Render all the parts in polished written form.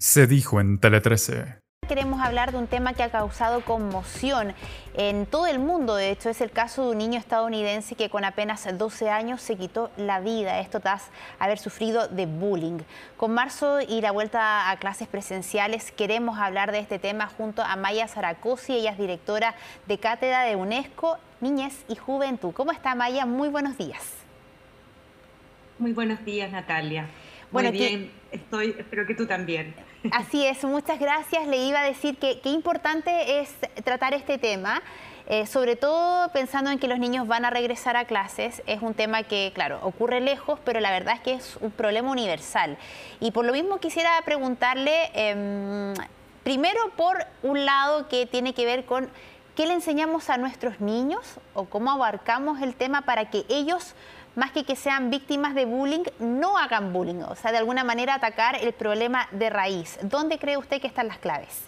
Se dijo en Tele 13. Queremos hablar de un tema que ha causado conmoción en todo el mundo. De hecho, es el caso de un niño estadounidense que con apenas 12 años se quitó la vida. Esto tras haber sufrido de bullying. Con marzo y la vuelta a clases presenciales, queremos hablar de este tema junto a Maya Zarakozy. Ella es directora de cátedra de UNESCO, Niñez y Juventud. ¿Cómo está, Maya? Muy buenos días. Muy buenos días, Natalia. Bueno, muy bien, espero que tú también. Así es, muchas gracias. Le iba a decir que qué importante es tratar este tema, sobre todo pensando en que los niños van a regresar a clases. Es un tema que, claro, ocurre lejos, pero la verdad es que es un problema universal. Y por lo mismo quisiera preguntarle, primero por un lado que tiene que ver con qué le enseñamos a nuestros niños o cómo abarcamos el tema para que ellos, más que sean víctimas de bullying, no hagan bullying, o sea, de alguna manera atacar el problema de raíz. ¿Dónde cree usted que están las claves?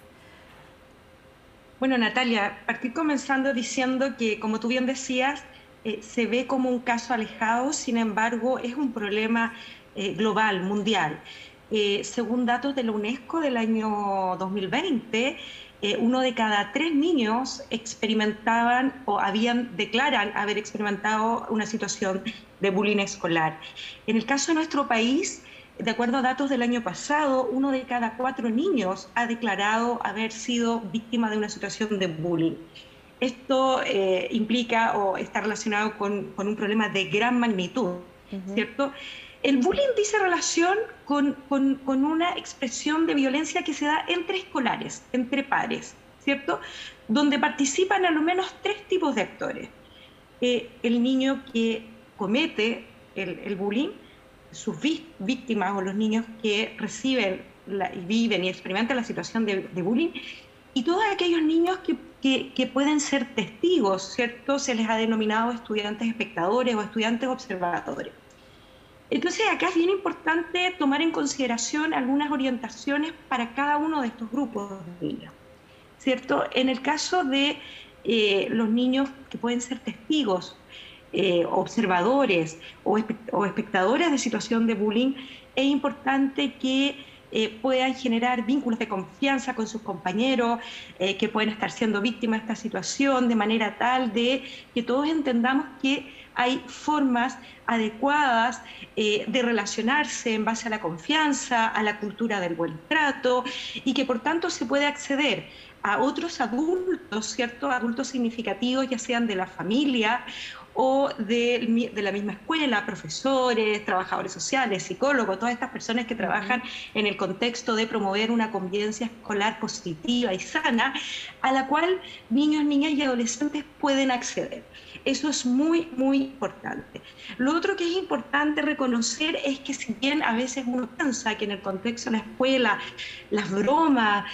Bueno, Natalia, partí comenzando diciendo que, como tú bien decías, se ve como un caso alejado, sin embargo, es un problema global, mundial. Según datos de la UNESCO del año 2020, uno de cada 3 niños experimentaban o declaran haber experimentado una situación de bullying escolar. En el caso de nuestro país, de acuerdo a datos del año pasado, uno de cada 4 niños ha declarado haber sido víctima de una situación de bullying. Esto implica o está relacionado con un problema de gran magnitud, ¿cierto? El bullying dice relación con una expresión de violencia que se da entre escolares, entre pares, ¿cierto? Donde participan al menos 3 tipos de actores. El niño que comete el bullying, sus víctimas o los niños que reciben, viven y experimentan la situación de bullying, y todos aquellos niños que pueden ser testigos, ¿cierto? Se les ha denominado estudiantes espectadores o estudiantes observadores. Entonces, acá es bien importante tomar en consideración algunas orientaciones para cada uno de estos grupos de niños, ¿cierto? En el caso de los niños que pueden ser testigos, observadores o espectadores de situación de bullying, es importante que puedan generar vínculos de confianza con sus compañeros, que pueden estar siendo víctimas de esta situación, de manera tal de que todos entendamos que hay formas adecuadas de relacionarse en base a la confianza, a la cultura del buen trato, y que por tanto se puede acceder a otros adultos, ¿cierto? Adultos significativos, ya sean de la familia o de la misma escuela, profesores, trabajadores sociales, psicólogos, todas estas personas que trabajan en el contexto de promover una convivencia escolar positiva y sana, a la cual niños, niñas y adolescentes pueden acceder. Eso es muy, muy importante. Lo otro que es importante reconocer es que, si bien a veces uno piensa que en el contexto de la escuela las bromas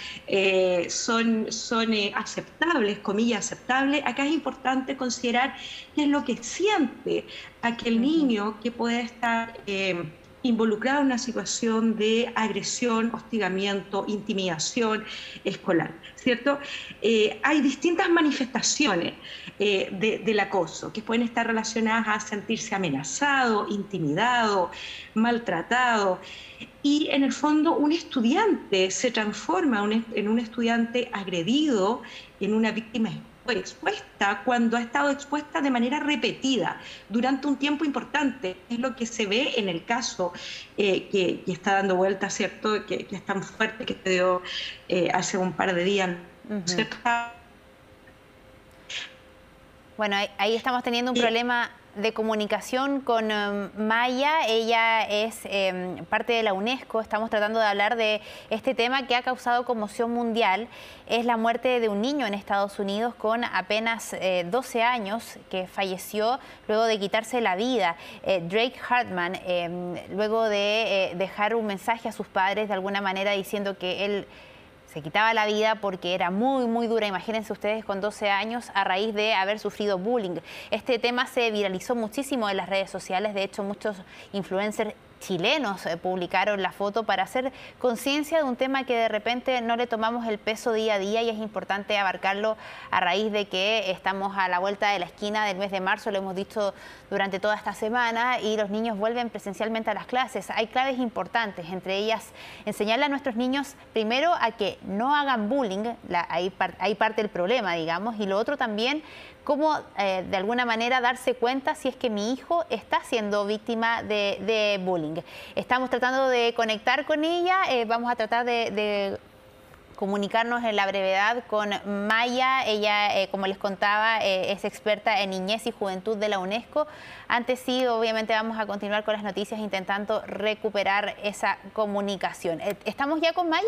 son aceptables, comillas, aceptables, acá es importante considerar qué es lo que siente aquel niño que puede estar involucrado en una situación de agresión, hostigamiento, intimidación escolar, ¿cierto? Hay distintas manifestaciones del acoso que pueden estar relacionadas a sentirse amenazado, intimidado, maltratado. Y en el fondo un estudiante se transforma en un estudiante agredido, en una víctima expuesta cuando ha estado expuesta de manera repetida durante un tiempo importante. Es lo que se ve en el caso que está dando vuelta, ¿cierto? Que es tan fuerte, que se dio hace un par de días. ¿Cierto? Bueno, ahí estamos teniendo un problema de comunicación con Maya. Ella es parte de la UNESCO. Estamos tratando de hablar de este tema que ha causado conmoción mundial. Es la muerte de un niño en Estados Unidos con apenas 12 años que falleció luego de quitarse la vida. Drake Hartman, luego de dejar un mensaje a sus padres de alguna manera diciendo que él se quitaba la vida porque era muy, muy dura. Imagínense ustedes, con 12 años, a raíz de haber sufrido bullying. Este tema se viralizó muchísimo en las redes sociales. De hecho, muchos influencers chilenos publicaron la foto para hacer conciencia de un tema que de repente no le tomamos el peso día a día, y es importante abarcarlo a raíz de que estamos a la vuelta de la esquina del mes de marzo, lo hemos dicho durante toda esta semana, y los niños vuelven presencialmente a las clases. Hay claves importantes, entre ellas enseñarle a nuestros niños primero a que no hagan bullying, ahí parte del problema, digamos, y lo otro también, cómo de alguna manera darse cuenta si es que mi hijo está siendo víctima de bullying. Estamos tratando de conectar con ella, vamos a tratar de comunicarnos en la brevedad con Maya. Ella, como les contaba, es experta en niñez y juventud de la UNESCO. Antes sí, obviamente vamos a continuar con las noticias intentando recuperar esa comunicación. ¿Estamos ya con Maya?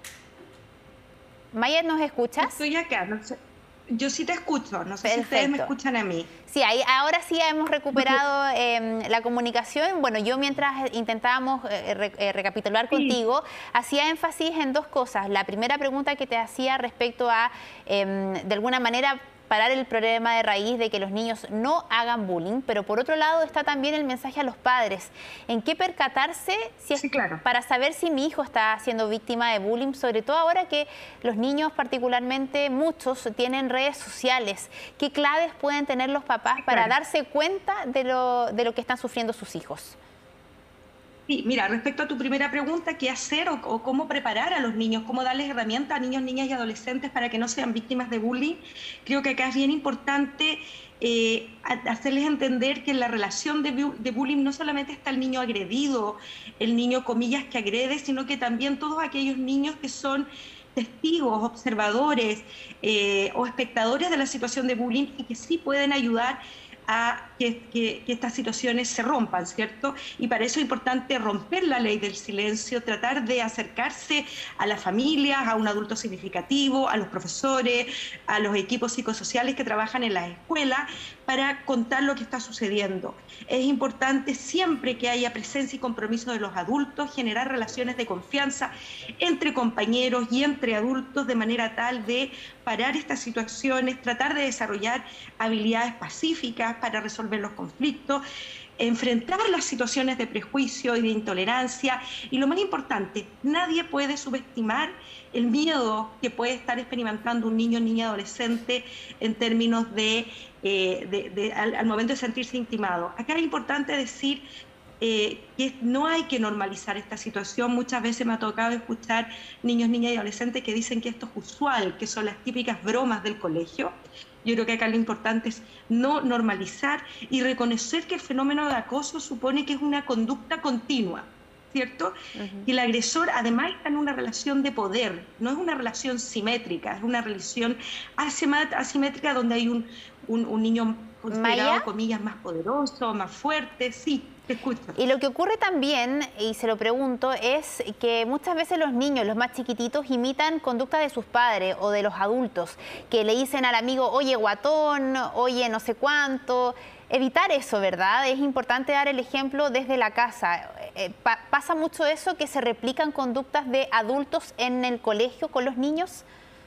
Maya, ¿nos escuchas? Estoy acá, no sé. Yo sí te escucho, no sé Perfecto. si ustedes me escuchan a mí. Sí, ahora sí hemos recuperado la comunicación. Bueno, yo mientras intentábamos recapitular contigo, hacía énfasis en dos cosas. La primera pregunta que te hacía respecto a, de alguna manera, parar el problema de raíz de que los niños no hagan bullying, pero por otro lado está también el mensaje a los padres. ¿En qué percatarse si es claro, para saber si mi hijo está siendo víctima de bullying? Sobre todo ahora que los niños, particularmente muchos, tienen redes sociales. ¿Qué claves pueden tener los papás para darse cuenta de lo que están sufriendo sus hijos? Sí, mira, respecto a tu primera pregunta, ¿qué hacer o cómo preparar a los niños? ¿Cómo darles herramientas a niños, niñas y adolescentes para que no sean víctimas de bullying? Creo que acá es bien importante hacerles entender que en la relación de bullying no solamente está el niño agredido, el niño, comillas, que agrede, sino que también todos aquellos niños que son testigos, observadores o espectadores de la situación de bullying y que sí pueden ayudar a que estas situaciones se rompan, ¿cierto? Y para eso es importante romper la ley del silencio, tratar de acercarse a las familias, a un adulto significativo, a los profesores, a los equipos psicosociales que trabajan en las escuelas para contar lo que está sucediendo. Es importante siempre que haya presencia y compromiso de los adultos, generar relaciones de confianza entre compañeros y entre adultos de manera tal de parar estas situaciones, tratar de desarrollar habilidades pacíficas para resolver los conflictos, enfrentar las situaciones de prejuicio y de intolerancia. Y lo más importante, nadie puede subestimar el miedo que puede estar experimentando un niño, niña, adolescente en términos al momento de sentirse intimado. Acá es importante decir que no hay que normalizar esta situación. Muchas veces me ha tocado escuchar niños, niñas y adolescentes que dicen que esto es usual, que son las típicas bromas del colegio. Yo creo que acá lo importante es no normalizar y reconocer que el fenómeno de acoso supone que es una conducta continua, ¿cierto? Y el agresor además está en una relación de poder, no es una relación simétrica, es una relación asimétrica donde hay un niño considerado, Maya, comillas, más poderoso, más fuerte. Sí, te escucho. Y lo que ocurre también, y se lo pregunto, es que muchas veces los niños, los más chiquititos, imitan conductas de sus padres o de los adultos, que le dicen al amigo, oye, guatón, oye, no sé cuánto. Evitar eso, ¿verdad? Es importante dar el ejemplo desde la casa. ¿Pasa mucho eso, que se replican conductas de adultos en el colegio con los niños?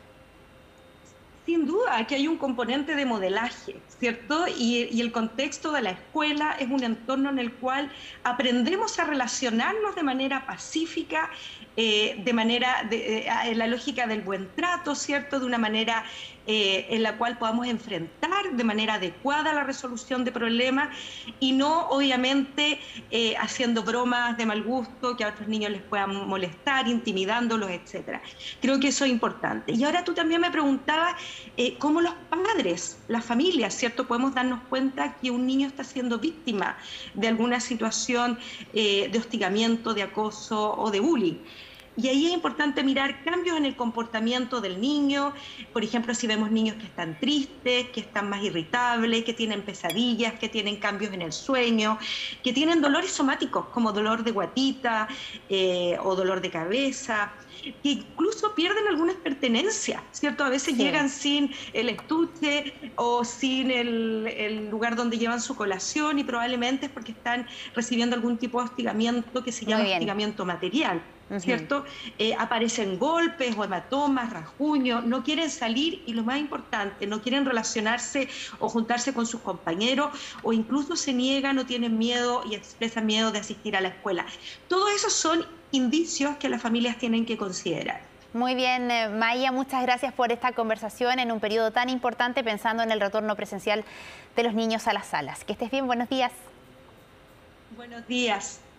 Sin duda, aquí hay un componente de modelaje, ¿cierto? Y el contexto de la escuela es un entorno en el cual aprendemos a relacionarnos de manera pacífica, en la lógica del buen trato, ¿cierto? De una manera en la cual podamos enfrentar de manera adecuada la resolución de problemas y no, obviamente, haciendo bromas de mal gusto que a otros niños les puedan molestar, intimidándolos, etcétera. Creo que eso es importante. Y ahora tú también me preguntabas cómo los padres, las familias, ¿cierto? Podemos darnos cuenta que un niño está siendo víctima de alguna situación de hostigamiento, de acoso o de bullying. Y ahí es importante mirar cambios en el comportamiento del niño. Por ejemplo, si vemos niños que están tristes, que están más irritables, que tienen pesadillas, que tienen cambios en el sueño, que tienen dolores somáticos como dolor de guatita o dolor de cabeza, que incluso pierden algunas pertenencias, ¿cierto? A veces llegan sin el estuche o sin el lugar donde llevan su colación y probablemente es porque están recibiendo algún tipo de hostigamiento que se llama hostigamiento material. ¿cierto? Aparecen golpes o hematomas, rasguños, no quieren salir y lo más importante, no quieren relacionarse o juntarse con sus compañeros o incluso se niegan o tienen miedo y expresan miedo de asistir a la escuela. Todo eso son indicios que las familias tienen que considerar. Muy bien, Maya, muchas gracias por esta conversación en un periodo tan importante pensando en el retorno presencial de los niños a las salas. Que estés bien, buenos días. Buenos días.